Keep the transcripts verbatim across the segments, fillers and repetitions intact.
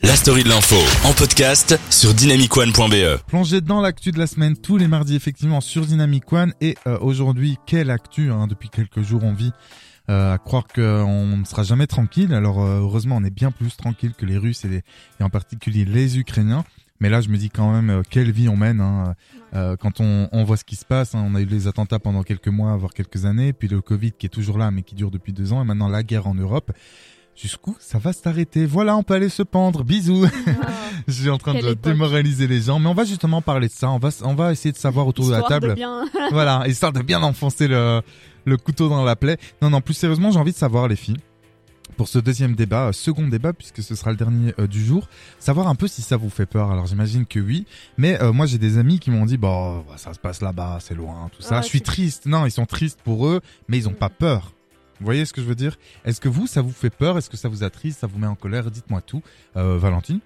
La story de l'info en podcast sur dynamic one point b e. Plongez dans l'actu de la semaine tous les mardis effectivement sur Dynamic One et euh, aujourd'hui quelle actu hein, depuis quelques jours on vit euh, à croire qu'on ne sera jamais tranquille. Alors euh, heureusement on est bien plus tranquille que les Russes et, les, et en particulier les Ukrainiens. Mais là je me dis quand même euh, quelle vie on mène hein, euh, quand on, on voit ce qui se passe. Hein, on a eu les attentats pendant quelques mois voire quelques années, puis le Covid qui est toujours là mais qui dure depuis deux ans et maintenant la guerre en Europe. Jusqu'où ça va s'arrêter? Voilà, on peut aller se pendre. Bisous. Oh, je suis en train de époque. démoraliser les gens, mais on va justement parler de ça. On va, on va essayer de savoir autour histoire de la table. De bien... voilà, histoire de bien enfoncer le, le couteau dans la plaie. Non, non, plus sérieusement, j'ai envie de savoir, les filles, pour ce deuxième débat, euh, second débat, puisque ce sera le dernier euh, du jour, savoir un peu si ça vous fait peur. Alors j'imagine que oui, mais euh, moi j'ai des amis qui m'ont dit, bah ça se passe là-bas, c'est loin, tout ça. Ouais, je suis triste. Non, ils sont tristes pour eux, mais ils ont pas peur. Vous voyez ce que je veux dire? Est-ce que vous, ça vous fait peur? Est-ce que ça vous attriste? Ça vous met en colère? Dites-moi tout. Euh, Valentine?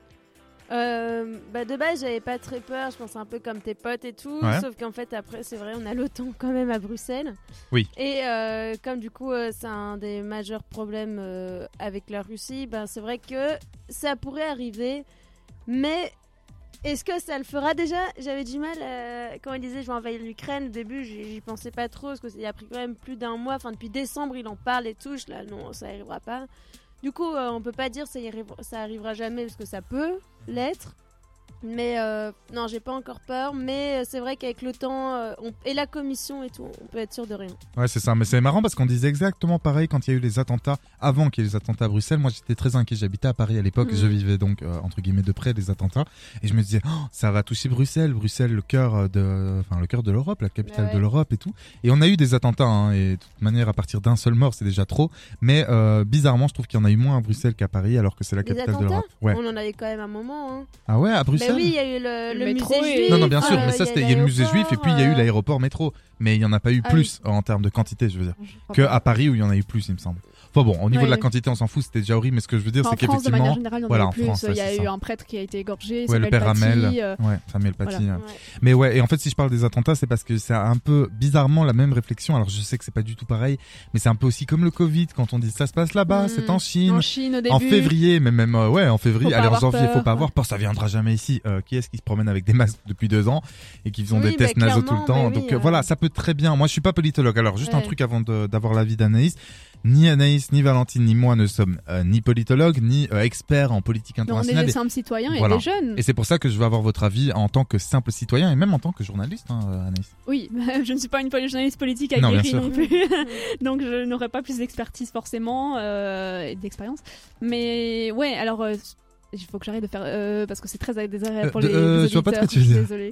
Euh, bah de base j'avais pas très peur, je pense un peu comme tes potes et tout, ouais. Sauf qu'en fait après c'est vrai on a l'OTAN quand même à Bruxelles. Oui. Et euh, comme du coup euh, c'est un des majeurs problèmes euh, avec la Russie, ben c'est vrai que ça pourrait arriver, mais est-ce que ça le fera? Déjà j'avais du mal euh, quand il disait je vais envahir l'Ukraine, au début j'y, j'y pensais pas trop parce qu'il a pris quand même plus d'un mois, enfin depuis décembre il en parle et tout, là non ça arrivera pas. Du coup, euh, on peut pas dire ça, y arrive, ça arrivera jamais parce que ça peut l'être. Mais euh, non, j'ai pas encore peur. Mais c'est vrai qu'avec l'OTAN euh, on, et la Commission et tout, on peut être sûr de rien. Ouais, c'est ça. Mais c'est marrant parce qu'on disait exactement pareil quand il y a eu les attentats. Avant qu'il y ait les attentats à Bruxelles, moi j'étais très inquiet. J'habitais à Paris à l'époque. Mmh. Je vivais donc euh, entre guillemets de près des attentats. Et je me disais, oh, ça va toucher Bruxelles. Bruxelles, le cœur de, enfin le cœur de l'Europe, la capitale ouais. de l'Europe et tout. Et on a eu des attentats. Hein, et de toute manière, à partir d'un seul mort, c'est déjà trop. Mais euh, bizarrement, je trouve qu'il y en a eu moins à Bruxelles qu'à Paris, alors que c'est la les capitale attentats de l'Europe. Ouais. On en avait quand même un moment. Hein. Ah ouais, à Bruxelles. Mais oui, il y a eu le Le, le musée et... juif. Non, non, bien sûr, euh, mais ça, c'était, il y a le musée juif et puis il y a eu l'aéroport métro. Mais il n'y en a pas eu ah, plus oui. en termes de quantité, je veux dire, qu'à Paris où il y en a eu plus, il me semble. Enfin bon, au niveau ouais. de la quantité, on s'en fout, c'était déjà horrible, mais ce que je veux dire, enfin, c'est en France, qu'effectivement. De manière générale, il y en voilà, a eu plus. France, il y a ouais, eu ça. un prêtre qui a été égorgé. Ouais, le père Paty, Hamel. Euh... Ouais, Samuel Paty. Voilà. Ouais. Mais ouais, et en fait, si je parle des attentats, c'est parce que c'est un peu bizarrement la même réflexion. Alors, je sais que c'est pas du tout pareil, mais c'est un peu aussi comme le Covid, quand on dit ça se passe là-bas, mmh. c'est en Chine. En Chine, au début. En février, mais même, euh, ouais, en février. Allez, en janvier, peur, faut pas ouais. avoir peur, ça viendra jamais ici. Euh, qui est-ce qui se promène avec des masques depuis deux ans et qui font oui, des tests bah, nasaux tout le temps? oui, Donc, euh... voilà, ça peut très bien. Moi, je suis pas politologue. Alors, juste ouais. un truc avant de, d'avoir l'avis d'Anaïs. Ni Anaïs, ni Valentine, ni moi ne sommes euh, ni politologues, ni euh, experts en politique internationale. Mais on est des simples citoyens et voilà. des jeunes. Et c'est pour ça que je veux avoir votre avis en tant que simple citoyen et même en tant que journaliste, hein, Anaïs. Oui, je ne suis pas une journaliste politique à non, guérir non plus, donc je n'aurai pas plus d'expertise forcément euh, et d'expérience. Mais ouais, alors euh, il faut que j'arrête de faire euh, parce que c'est très désagréable pour euh, de, les, euh, les auditeurs. Je vois pas ce que tu veux dire. Désolée.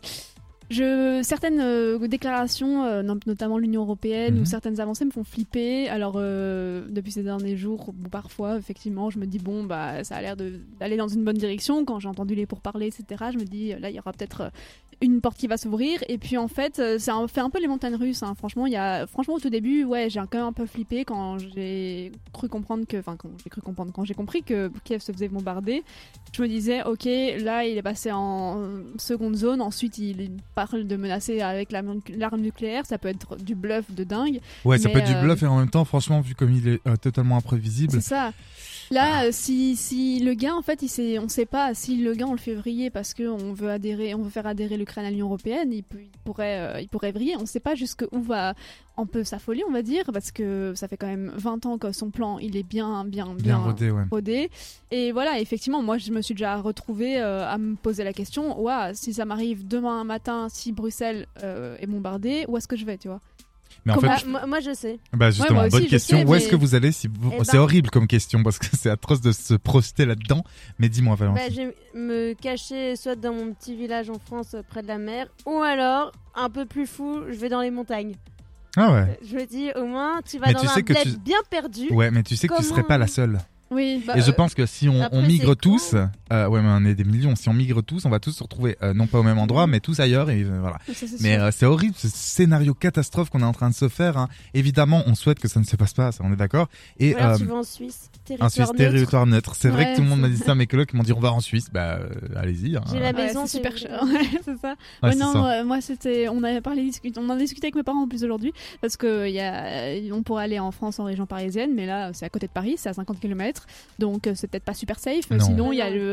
Je, certaines euh, déclarations, euh, notamment l'Union européenne, mm-hmm. ou certaines avancées me font flipper. Alors, euh, depuis ces derniers jours, parfois, effectivement, je me dis, bon, bah, ça a l'air de, d'aller dans une bonne direction. Quand j'ai entendu les pourparlers, et cetera, je me dis, là, il y aura peut-être une porte qui va s'ouvrir. Et puis, en fait, ça fait un peu les montagnes russes. Hein. Franchement, il y a, franchement, au tout début, ouais, j'ai quand même un peu flippé quand j'ai cru comprendre que, enfin, quand j'ai cru comprendre, quand j'ai compris que Kiev se faisait bombarder. Je me disais, ok, là, il est passé en seconde zone. Ensuite, il parle de menacer avec la, l'arme nucléaire, ça peut être du bluff de dingue. Ouais, ça mais peut être euh... du bluff et en même temps, franchement, vu comme il est euh, totalement imprévisible. C'est ça. Là, ah. si, si le gars, en fait, il sait, on sait pas si le gars, on le fait vriller parce qu'on veut adhérer, on veut faire adhérer l'Ukraine à l'Union européenne, il, peut, il, pourrait, euh, il pourrait vriller. On sait pas jusqu'où va un peu sa folie, on va dire, parce que ça fait quand même vingt ans que son plan, il est bien, bien, bien, bien rodé, ouais. rodé. Et voilà, effectivement, moi, je me suis déjà retrouvée euh, à me poser la question, ouah, si ça m'arrive demain matin, si Bruxelles euh, est bombardée, où est-ce que je vais, tu vois? Mais en fait, bah, je... moi, moi je sais. Bah justement, ouais, bonne aussi, question. sais, Où mais... est-ce que vous allez si vous... eh C'est ben... horrible comme question parce que c'est atroce de se projeter là-dedans. Mais dis-moi, Valentine. Bah, je vais me cacher soit dans mon petit village en France près de la mer, ou alors un peu plus fou, je vais dans les montagnes. Ah ouais. Je me dis au moins tu vas mais dans tu un sais que bled tu... bien perdu. Ouais, mais tu sais Comment... que tu serais pas la seule. Oui, bah, et je euh, pense que si on, après, on migre tous, cool. euh, ouais, mais on est des millions. Si on migre tous, on va tous se retrouver euh, non pas au même endroit, mais tous ailleurs. Et euh, voilà. Ça, c'est mais euh, c'est horrible ce scénario catastrophe qu'on est en train de se faire. Hein. Évidemment, on souhaite que ça ne se passe pas. Ça, on est d'accord. Et Ou alors euh, tu vas en Suisse, territoire en Suisse, neutre. territoire neutre. C'est ouais, vrai que tout le monde c'est... m'a dit ça. Mes colocs m'ont dit on va en Suisse. Bah euh, allez-y. Hein. J'ai la ouais, maison, c'est super cher. c'est ça. Ouais, ouais, c'est non, ça. euh, moi c'était, on avait parlé, discuté, on en a discuté avec mes parents en plus aujourd'hui parce que il y a, on pourrait aller en France en région parisienne, mais là c'est à côté de Paris, c'est à cinquante kilomètres, donc c'est peut-être pas super safe. Non. Sinon il y a le,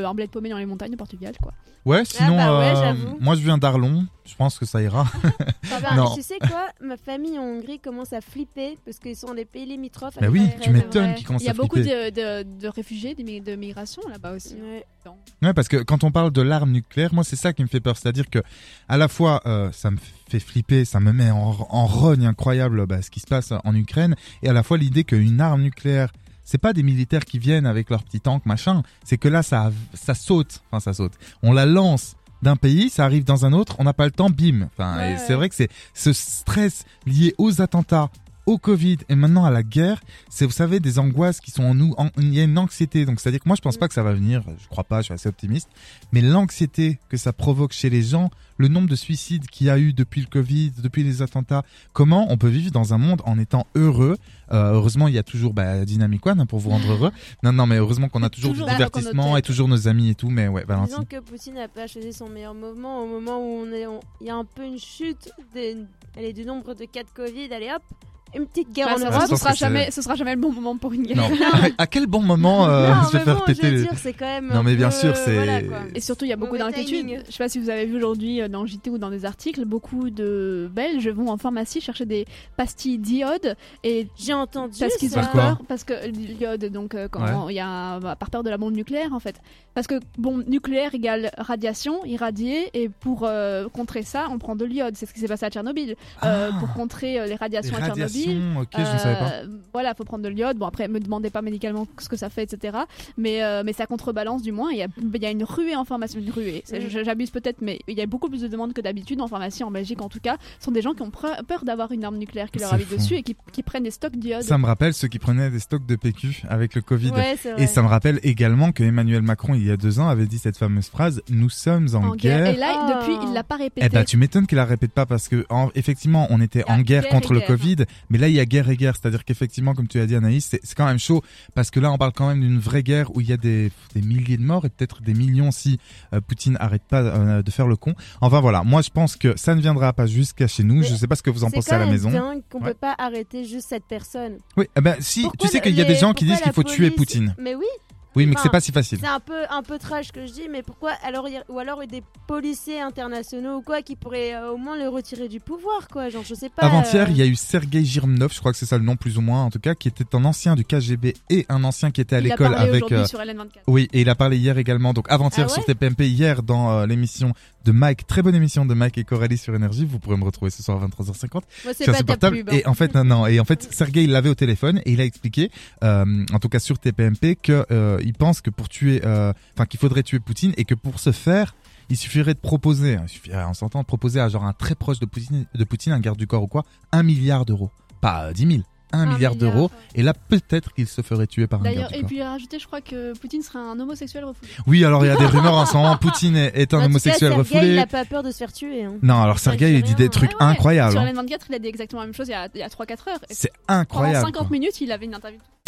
euh, un bled paumé dans les montagnes au Portugal, quoi. Ouais, sinon, Ah bah ouais, euh, j'avoue. moi je viens d'Arlon, je pense que ça ira. Ah bah, Non. tu sais quoi, ma famille en Hongrie commence à flipper parce qu'ils sont des pays limitrophes. Bah avec oui, la tu Ukraine. m'étonnes Ouais. qu'ils commencent Il y a à beaucoup flipper. de, de, de réfugiés, de, mi- de migration là-bas aussi. Ouais. Ouais, parce que quand on parle de l'arme nucléaire, moi c'est ça qui me fait peur, c'est-à-dire que à la fois euh, ça me fait flipper, ça me met en, en rogne incroyable bah, ce qui se passe en Ukraine, et à la fois l'idée qu'une arme nucléaire, c'est pas des militaires qui viennent avec leurs petits tanks machin, c'est que là ça ça saute, enfin ça saute, on la lance d'un pays, ça arrive dans un autre, on n'a pas le temps, bim. Enfin, Ouais, et ouais. c'est vrai que c'est ce stress lié aux attentats, au Covid et maintenant à la guerre, c'est, vous savez, des angoisses qui sont en nous, en- il y a une anxiété. Donc, c'est-à-dire que moi, je pense pas que ça va venir, je crois pas, je suis assez optimiste, mais l'anxiété que ça provoque chez les gens, le nombre de suicides qu'il y a eu depuis le Covid, depuis les attentats, comment on peut vivre dans un monde en étant heureux. Euh, heureusement, il y a toujours bah, Dynamic One hein, pour vous rendre heureux. Non, non, mais heureusement qu'on a toujours, Toujours du là, dans divertissement nos et têtes. toujours nos amis et tout, mais ouais, Valentine. Disons que Poutine n'a pas choisi son meilleur moment, au moment où on est, on- il y a un peu une chute des, allez, du nombre de cas de Covid, allez hop, une petite guerre Bah, en ça- Europe. je ce, pense sera que c'est- jamais, ce sera jamais le bon moment pour une guerre. Non. À quel bon moment euh, non, je vais mais faire bon, péter je veux les... dire, c'est quand même. Non, un mais bien peu, sûr, c'est- voilà, quoi. Et surtout, il y a beaucoup Mauvais d'inquiétudes. timing. Je sais pas si vous avez vu aujourd'hui euh, dans le J T ou dans des articles, beaucoup de Belges vont en pharmacie chercher des pastilles d'iode et J'ai entendu parce qu'ils ça. ont Par quoi peur, parce que l'iode, donc euh, quand il y a un- bah, par peur de la bombe nucléaire en fait, parce que bombe nucléaire égale radiation, irradier, et pour euh, contrer ça, on prend de l'iode. C'est ce qui s'est passé à Tchernobyl. Euh, Ah. pour contrer euh, les Les radiations à Tchernobyl. radiations, ok, je ne savais pas. Euh, Voilà, faut prendre de l'iode. Bon, après, me demandez pas médicalement ce que ça fait, et cetera. Mais, euh, mais ça contrebalance du moins. Il y a, il y a une ruée en pharmacie. Une ruée. C'est- Mm. je- J'abuse peut-être, mais il y a beaucoup plus de demandes que d'habitude en pharmacie, en Belgique en tout cas. Ce sont des gens qui ont pre- peur d'avoir une arme nucléaire qui leur C'est arrive fou. dessus et qui, qui prennent des stocks d'iode. Ça me rappelle ceux qui prenaient des stocks de P Q avec le Covid. Ouais, c'est vrai. Et ça me rappelle également que Emmanuel Macron, il y a deux ans, avait dit cette fameuse phrase « Nous sommes en, En guerre. guerre ». Et là, Oh. depuis, il l'a pas répété. Eh ben, tu m'étonnes qu'il la répète pas parce que, en- effectivement, on était Il y a en guerre guerre contre et le guerre. Covid, mais là, il y a guerre et guerre. C'est-à-dire qu'effectivement, comme tu as dit, Anaïs, c'est, c'est quand même chaud parce que là, on parle quand même d'une vraie guerre où il y a des, des milliers de morts et peut-être des millions si euh, Poutine arrête pas euh, de faire le con. Enfin, voilà. Moi, je pense que ça ne viendra pas jusqu'à chez nous. Mais Je sais pas ce que vous en C'est pensez quand à la même maison. dingue qu'on Ouais. peut pas arrêter juste cette personne. Oui, eh ben, si, Pourquoi tu sais le- qu'il y a des les- gens qui pourquoi disent qu'il la faut tuer police- Poutine. Mais oui, Oui, mais que Enfin, c'est pas si facile. c'est un peu un peu trash que je dis, mais pourquoi alors il y a- ou alors il y a des policiers internationaux ou quoi qui pourraient euh, au moins le retirer du pouvoir quoi, genre je sais pas. Avant-hier, euh, il y a eu Sergei Girmnov, je crois que c'est ça le nom plus ou moins en tout cas, qui était un ancien du K G B et un ancien qui était à Il a l'école parlé avec... aujourd'hui euh, sur L N vingt-quatre. Oui, et il a parlé hier également, donc avant-hier Ah ouais sur T P M P, hier dans euh, l'émission de Mike, très bonne émission de Mike et Coralie sur Énergie, vous pourrez me retrouver ce soir à vingt-trois heures cinquante. moi c'est C'est pas ta insupportable. pub. hein. Et en fait, non, non, et en fait, Sergei il l'avait au téléphone et il a expliqué, euh, en tout cas sur T P M P, que euh, il pense que pour tuer, euh, enfin qu'il faudrait tuer Poutine et que pour ce faire, il suffirait de proposer, il suffirait, on s'entend, de proposer à genre un très proche de Poutine, de Poutine, un garde du corps ou quoi, un milliard d'euros, pas euh, dix mille. Un, Un milliard, milliard, d'euros, ouais. et là peut-être qu'il se ferait tuer par un D'ailleurs, garde du et corps. puis rajouter, je crois que Poutine serait un homosexuel refoulé. Oui, alors il y a des rumeurs en ce moment, Poutine est, est un En tout cas, homosexuel Sergueï, refoulé. il a pas peur de se faire tuer. hein. Non, alors Ça, Sergei je il sais dit des rien. trucs Ouais, ouais. incroyables. Sur hein. L N vingt-quatre, il a dit exactement la même chose il y a, il y a trois quatre heures. Et C'est pendant incroyable. cinquante quoi. minutes, il avait une interview.